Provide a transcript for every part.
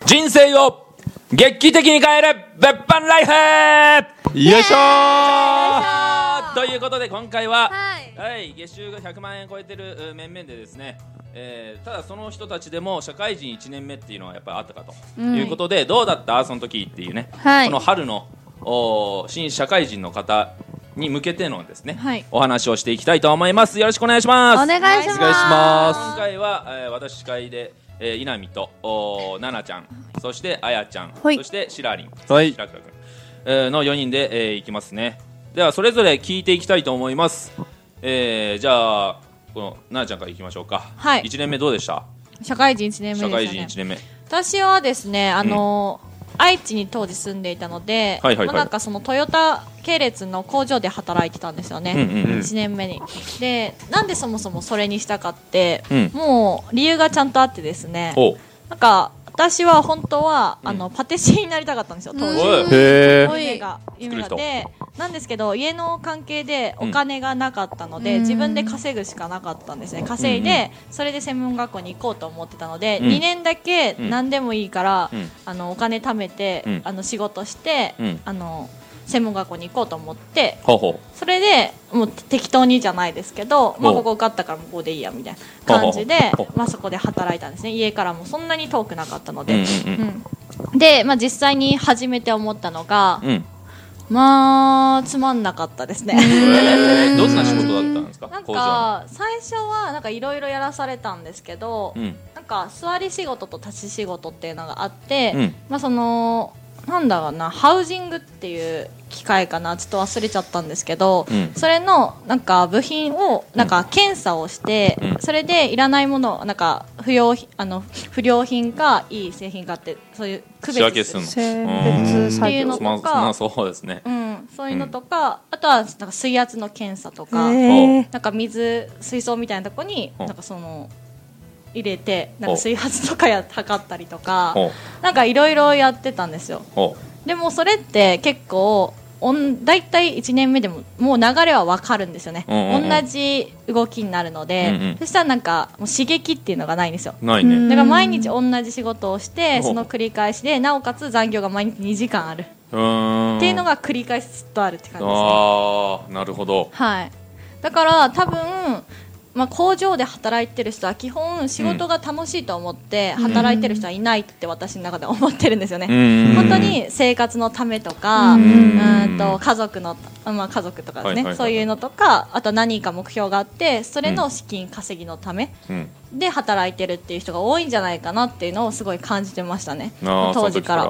人生を劇的に変える物販ライフ、 よいしょーということで今回は、月収が100万円超えてる面々でですね、ただその人たちでも社会人1年目っていうのはやっぱりあったかということで、どうだったその時っていうね、この春の新社会人の方に向けてのですね、お話をしていきたいと思います。よろしくお願いします。 お願いします。 今回は、私司会で、稲見と奈々ちゃん、そしてあやちゃん、そしてしらりん、白倉君、の4人で、いきますね。ではそれぞれ聞いていきたいと思います。じゃあこの奈々ちゃんからいきましょうか。1年目どうでした？ 社会人1年目ですよね。 社会人1年目。 私はですね、愛知に当時住んでいたので、なんかそのトヨタ系列の工場で働いてたんですよね、1年目に。で、なんでそもそもそれにしたかって、もう理由がちゃんとあってですね、なんか私は本当はパティシエになりたかったんですよ、当時。夢がで、なんですけど家の関係でお金がなかったので、自分で稼ぐしかなかったんですね。稼いで、それで専門学校に行こうと思ってたので、2年だけ何でもいいから、お金貯めて、仕事して、専門学校に行こうと思って、それでもう適当にじゃないですけど、ここ受かったからもうここでいいやみたいな感じで、そこで働いたんですね。家からもそんなに遠くなかったので、で、実際に初めて思ったのが、つまんなかったですね。 どんな仕事だったんですか？ なんか最初はなんかいろいろやらされたんですけど、なんか座り仕事と立ち仕事っていうのがあって、そのなんだろうな、ハウジングっていう機械かな、ちょっと忘れちゃったんですけど、それのなんか部品をなんか検査をして、それでいらないものなんか不良品かいい製品かってそういう区別するっていうのとか、 そうですね。 そういうのとか、あとはなんか水圧の検査とか、なんか水槽みたいなとこになんかその入れてなんか水圧とか測ったりとか、なんかいろいろやってたんですよ。でもそれって結構だいたい1年目でももう流れは分かるんですよね。同じ動きになるので、そしたらなんかもう刺激っていうのがないんですよ。 ないね。 だから毎日同じ仕事をして、その繰り返しで、なおかつ残業が毎日2時間あるっていうのが繰り返しずっとあるって感じですね。 なるほど。 だから多分工場で働いてる人は基本仕事が楽しいと思って働いてる人はいないって私の中で思ってるんですよね。本当に生活のためとか、家族とかですね、そういうのとか、あと何か目標があってそれの資金稼ぎのためで働いてるっていう人が多いんじゃないかなっていうのをすごい感じてましたね、当時から。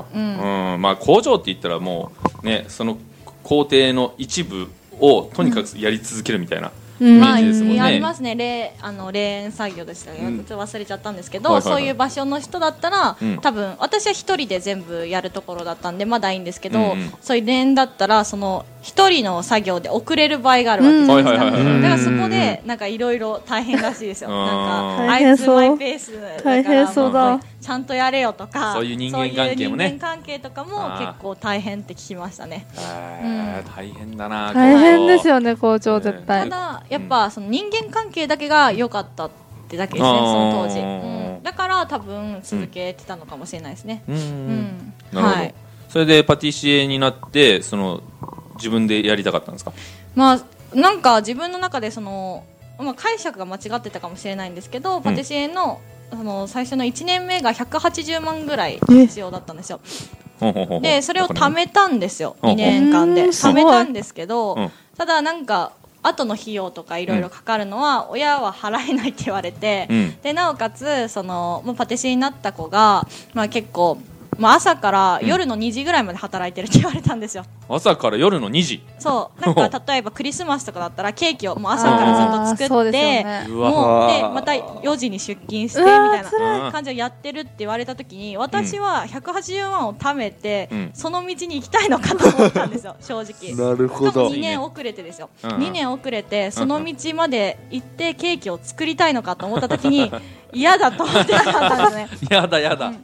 工場って言ったらもうね、その工程の一部をとにかくやり続けるみたいなイメージですもんね。 ありますね。霊園作業でしたね、ちょっと忘れちゃったんですけど、そういう場所の人だったら、多分私は一人で全部やるところだったんでまだいいんですけど、そういう霊園だったらその一人の作業で遅れる場合があるわけじゃないですか。だからそこでなんかいろいろ大変らしいですよ。なんかあいつマイペースだから大変そうだ、 ちゃんとやれよとか、 そういう人間関係もね、 人間関係とかも結構大変って聞きましたね。 大変だな。 大変ですよね、工場絶対。 ただやっぱその人間関係だけが良かったってだけですね、その当時。だから多分続けてたのかもしれないですね。 なるほど。それでパティシエになってその自分でやりたかったんですか？ なんか自分の中でその、解釈が間違ってたかもしれないんですけど、パティシエの最初の1年目が180万ぐらい必要だったんですよ。でそれを貯めたんですよ、2年間で貯めたんですけど、ただなんか後の費用とかいろいろかかるのは親は払えないって言われて、でなおかつそのパティシエになった子が、結構朝から夜の2時ぐらいまで働いてるって言われたんですよ。 朝から夜の2時。 そうなんか例えばクリスマスとかだったらケーキをもう朝からずっと作って、もうでまた4時に出勤してみたいな感じをやってるって言われた時に、私は180万を貯めて、その道に行きたいのかと思ったんですよ正直。 なるほど。 2年遅れてですよ、2年遅れてその道まで行ってケーキを作りたいのかと思った時に嫌だと思ってなかったんですね。 やだ、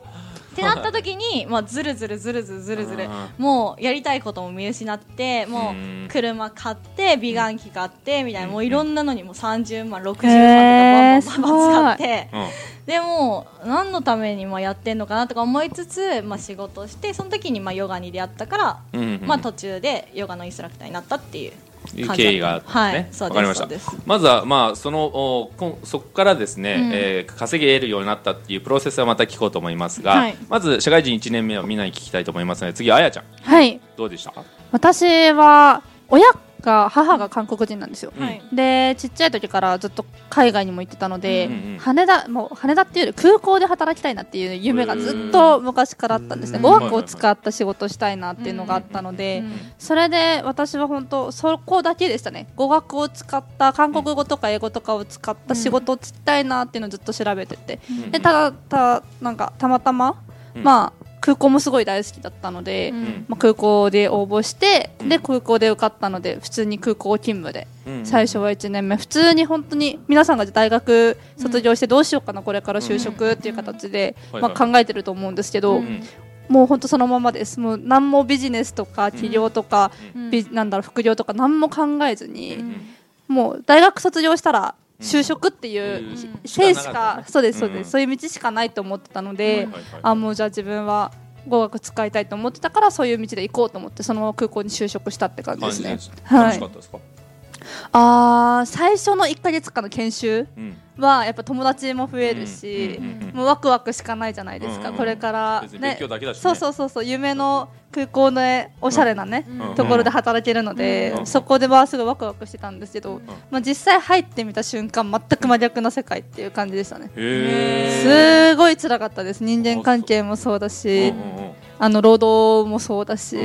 ってなった時に、まあ、ずるずるもうやりたいことも見失ってもう車買って美顔器買ってみたいな、もういろんなのにも30万60万とかバンバン使って、でも何のためにやってんのかなとか思いつつ、まあ、仕事してその時にヨガに出会ったから、まあ、途中でヨガのインストラクターになったっていう経緯があったんですね。わかりました。まずは、まあ、そこからですね、稼げるようになったっていうプロセスはまた聞こうと思いますが、まず社会人1年目をみんなに聞きたいと思いますので、次あやちゃん、どうでした？ 私は母が韓国人なんですよ、でちっちゃい時からずっと海外にも行ってたので、羽田っていうより空港で働きたいなっていう夢がずっと昔からあったんですね。語学を使った仕事をしたいなっていうのがあったので、それで私は本当そこだけでしたね。語学を使った韓国語とか英語とかを使った仕事をしたいなっていうのをずっと調べてて、でなんかたまたま、まあ空港もすごい大好きだったので、まあ、空港で応募して、で空港で受かったので普通に空港勤務で、最初は1年目普通に本当に皆さんが大学卒業してどうしようかなこれから就職っていう形で、まあ、考えてると思うんですけど、もう本当そのままです。もう何もビジネスとか起業とか、副業とか何も考えずに、もう大学卒業したら就職っていう性しか、そういう道しかないと思ってたので、もうじゃあ自分は語学使いたいと思ってたから、そういう道で行こうと思ってその空港に就職したって感じですね。 楽しかったですか？ 最初の1ヶ月間の研修はやっぱ友達も増えるし、もうワクワクしかないじゃないですか、これからね。 勉強だけだしね。 そう夢の空港でおしゃれなね、ところで働けるので、そこではすごいワクワクしてたんですけど、まあ、実際入ってみた瞬間全く真逆な世界っていう感じでしたね。すごい辛かったです。人間関係もそうだし、労働もそうだし。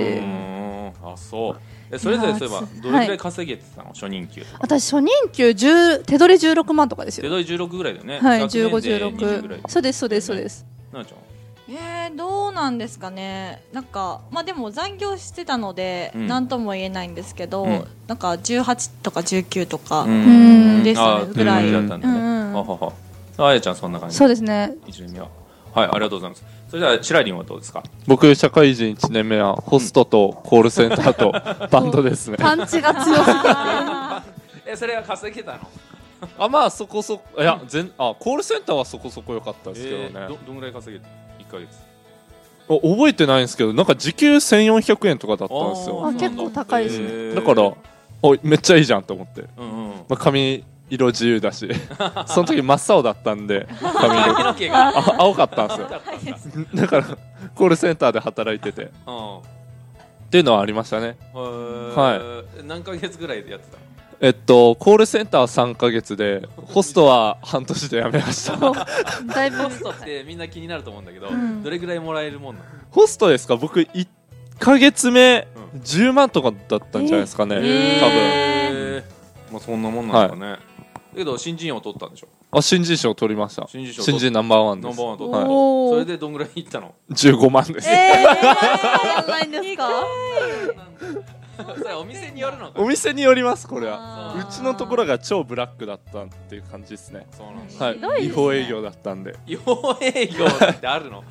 それぞれそういえばどれくらい稼げてたの？初任給とか。 私初任給手取り16万とかですよ。 手取り16ぐらいだよね。 はい、15、16。そうです。 なあちゃん。 どうなんですかね。なんかまあでも残業してたので何とも言えないんですけど、なんか18とか19とかですねぐらいだったんだね。 あやちゃんそんな感じ。 そうですね。 1年目は。はい、ありがとうございます。それではシラリンはどうですか？ 僕社会人1年目はホストとコールセンターとバンドですね。 パンチが強すぎそれは稼げたの？ まあそこそこ、コールセンターはそこそこ良かったですけどね。 どんぐらい稼げた？1ヶ月。 覚えてないんですけど、なんか時給1400円とかだったんですよ。 結構高いですね。 だからめっちゃいいじゃんと思って、まあ、髪色自由だしその時真っ青だったんで髪色が青かったんですよ。だからコールセンターで働いててっていうのはありましたね。 はい。何ヶ月ぐらいでやってたの？ コールセンターは3ヶ月でホストは半年で辞めましただいぶホストってみんな気になると思うんだけど、どれぐらいもらえるもんなの？ ホストですか？僕1ヶ月目10万とかだったんじゃないですかね、多分。 まあそんなもんなんだね。だけど新人王取ったんでしょ？ 新人賞取りました。新人ナンバーワンです。 ナンバーワン取った。それでどんぐらいいったの ？15万です。 やばいんですか？ それお店によるのか？ お店によります。これはうちのところが超ブラックだったっていう感じですね。 そうなんだ。 はい、違法営業だったんで。 違法営業ってあるの？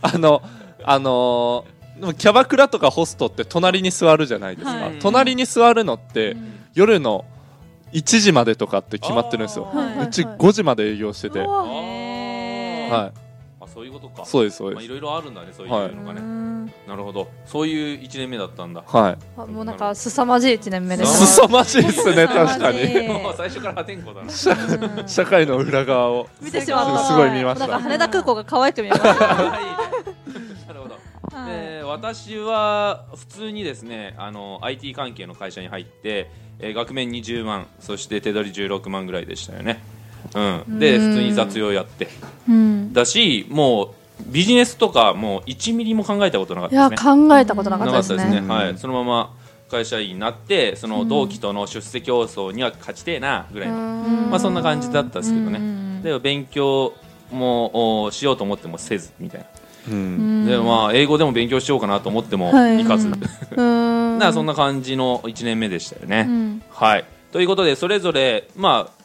キャバクラとかホストって隣に座るじゃないですか。隣に座るのって夜の1時までとかって決まってるんですよ。うち5時まで営業してて。はい。 そういうことか。 そうです。 いろいろあるんだね、そういうのがね。なるほど。そういう1年目だったんだ。 はい。 もうなんか凄まじい1年目です。 凄まじいですね、確かに。 もう最初から破天荒だな。 社会の裏側を見てしまった。 すごい見ました。 なんか羽田空港が可愛く見えました。なるほど。私は普通にですね、IT 関係の会社に入って、額面20万、そして手取り16万ぐらいでしたよね。で普通に雑用やって、だし、もうビジネスとかもう1ミリも考えたことなかったですね。 いや、考えたことなかったですね。 はい、そのまま会社員になって、その同期との出世競争には勝ちてえなぐらいの、まあそんな感じだったんですけどね。で勉強もしようと思ってもせずみたいな。でまあ英語でも勉強しようかなと思ってもいかず、だからそんな感じの1年目でしたよね。はい。ということでそれぞれまあ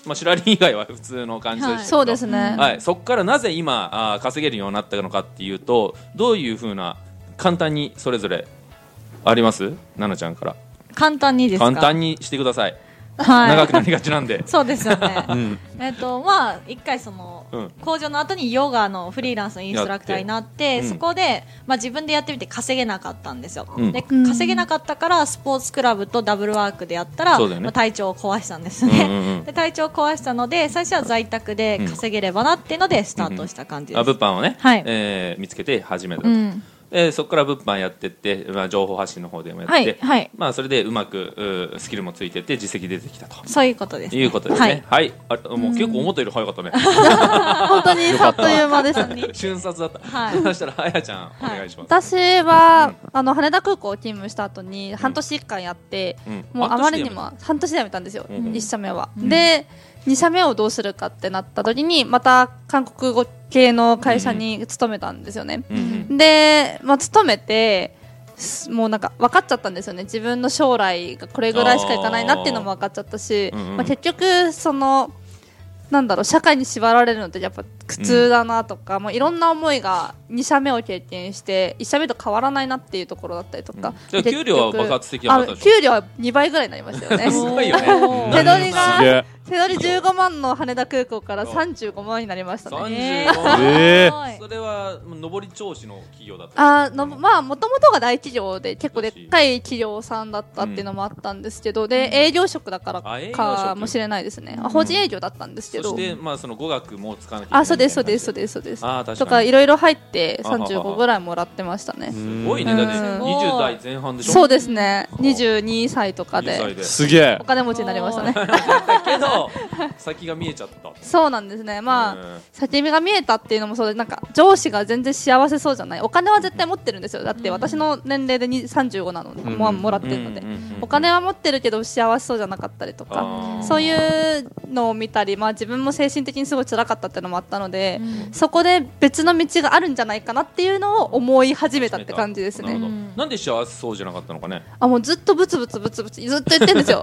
シラリン以外は普通の感じでしたけど、 そうですね、 はい、そこからなぜ今稼げるようになったのかっていうと、どういうふうな簡単にそれぞれあります？ななちゃんから簡単にですか？ 簡単にしてください。 はい、 長くなりがちなんで。 そうですよね。まあ一回その、工場の後にヨガのフリーランスのインストラクターになって、そこで自分でやってみて稼げなかったんですよ。で稼げなかったからスポーツクラブとダブルワークでやったら、体調を壊したんですね。で体調を壊したので最初は在宅で稼げればなっていうのでスタートした感じです。 物販をね、見つけて始めたと。そこから物販やってって、情報発信の方でもやって、それでうまくスキルもついてって実績出てきたと、 そういうことですね。 いうことですね。はい、もう結構思ったより早かったね。 本当にさっという間でしたね。 瞬殺だった。そしたらあやちゃんお願いします。 私は羽田空港を勤務した後に半年1回やって、もうあまりにも半年で辞めたんですよ、1社目は。で2社目をどうするかってなった時にまた韓国語系の会社に勤めたんですよね。で、勤めてもうなんか分かっちゃったんですよね。自分の将来がこれぐらいしかいかないなっていうのも分かっちゃったし、結局そのなんだろう、社会に縛られるのってやっぱ苦痛だなとか、もういろんな思いが2社目を経験して1社目と変わらないなっていうところだったりとか、 給料は爆発的なかったでしょ？ 給料は2倍ぐらいになりましたよね。 すごいよね。 手取り15万の羽田空港から35万になりましたね。 それは上り調子の企業だった？ もともとが大企業で結構でっかい企業さんだったっていうのもあったんですけど、で営業職だからかもしれないですね。法人営業だったんですけど、 そしてその語学も使わなきゃいけない。 そうですとかいろいろ入って35ぐらいもらってましたね。 すごいね。だって20代前半でしょ？ そうですね。22歳とかですげえお金持ちになりましたね。 けど先が見えちゃった。 そうなんですね。先が見えたっていうのもそうで、なんか上司が全然幸せそうじゃない。お金は絶対持ってるんですよ。だって私の年齢で35なのでもらってるので、お金は持ってるけど幸せそうじゃなかったりとか、そういうのを見たり、自分も精神的にすごい辛かったっていうのもあったので、そこで別の道があるんじゃないかなっていうのを思い始めたって感じですね。 なんで幸せそうじゃなかったのかね。 もうずっとブツブツずっと言ってるんですよ。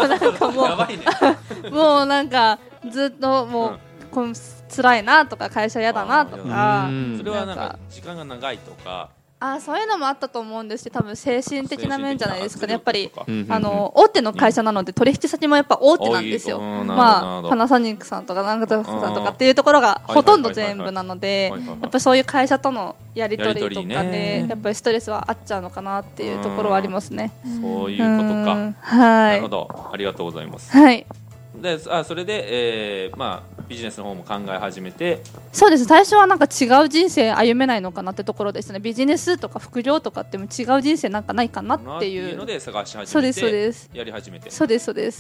もうなんかずっともう辛いなとか会社嫌だなとか、 それはなんか時間が長いとか、 そういうのもあったと思うんですけど、多分精神的な面じゃないですかね。やっぱり大手の会社なので取引先もやっぱ大手なんですよ。パナソニックさんとかなんかさんとかっていうところがほとんど全部なので、やっぱそういう会社とのやり取りとかでやっぱりストレスはあっちゃうのかなっていうところはありますね。 そういうことか。なるほど、ありがとうございます。 はい。 でそれで、ビジネスの方も考え始めて。 そうです。最初はなんか違う人生歩めないのかなってところですね。ビジネスとか副業とかっても違う人生なんかないかなっていうので探し始めて、 そうですやり始めて、 そうですで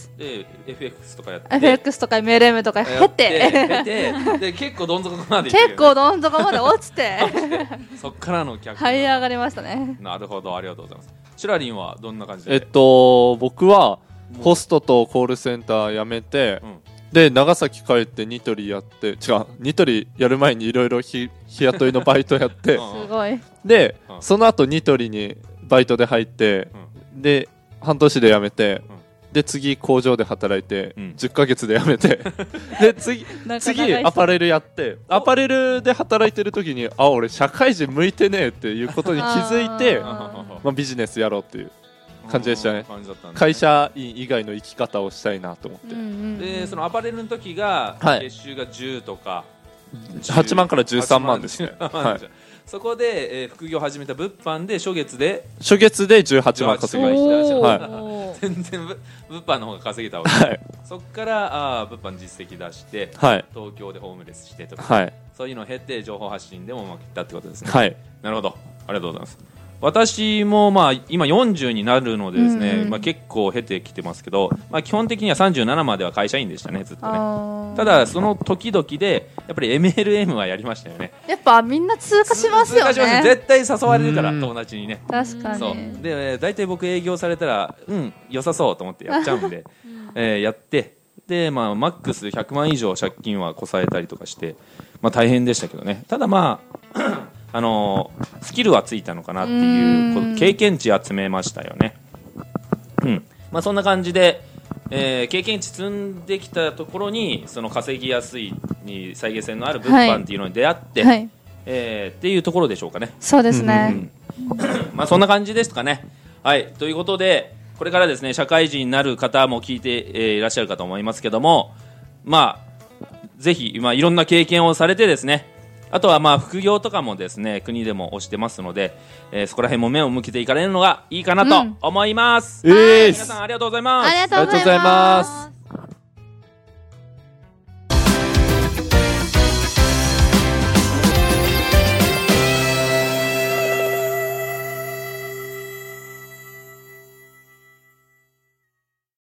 FX とかやって FX とか MLM とか経てで結構どん底まで落ちてそっからの逆這い上がりましたね。 なるほど、ありがとうございます。シュラリンはどんな感じで？ 僕はホストとコールセンター辞めて、で長崎帰ってニトリやって、ニトリやる前にいろいろ日雇いのバイトやってすごい。 でその後ニトリにバイトで入って、で半年で辞めて、で次工場で働いて、10ヶ月で辞めてで次アパレルやって、アパレルで働いてる時に俺社会人向いてねえっていうことに気づいてビジネスやろうっていう感じでしたね。会社員以外の生き方をしたいなと思って、 でそのアパレルの時が月収が10とか 8万から13万ですね。 そこで、副業を始めた物販で初月で 18万稼ぎました。 全然物販の方が稼げたわけ、そこから物販実績出して、東京でホームレスしてとか、そういうのを経て情報発信でもうまくいったってことですね。なるほど、ありがとうございます。私も今40になるのでですね、結構経てきてますけど、基本的には37までは会社員でしたね、ずっとね。ただその時々でやっぱり MLM はやりましたよね。 やっぱみんな通過しますよね。 絶対誘われるから友達にね。 確かに。 そうで大体僕営業されたら良さそうと思ってやっちゃうんで、やってでマックス100万以上借金はこさえたりとかして、大変でしたけどね。ただスキルはついたのかなっていう経験値集めましたよね。そんな感じで経験値積んできたところにその稼ぎやすい再現性のある物販っていうのに出会って、はい、っていうところでしょうかね。 そうですね、 まあそんな感じですかね。はい、ということでこれからですね社会人になる方も聞いて、いらっしゃるかと思いますけども、まあぜひ、まあ、いろんな経験をされてですね、あとはまあ副業とかもですね国でも推してますので、そこら辺も目を向けていかれるのがいいかなと思います。皆さんありがとうございます。 ありがとうございます。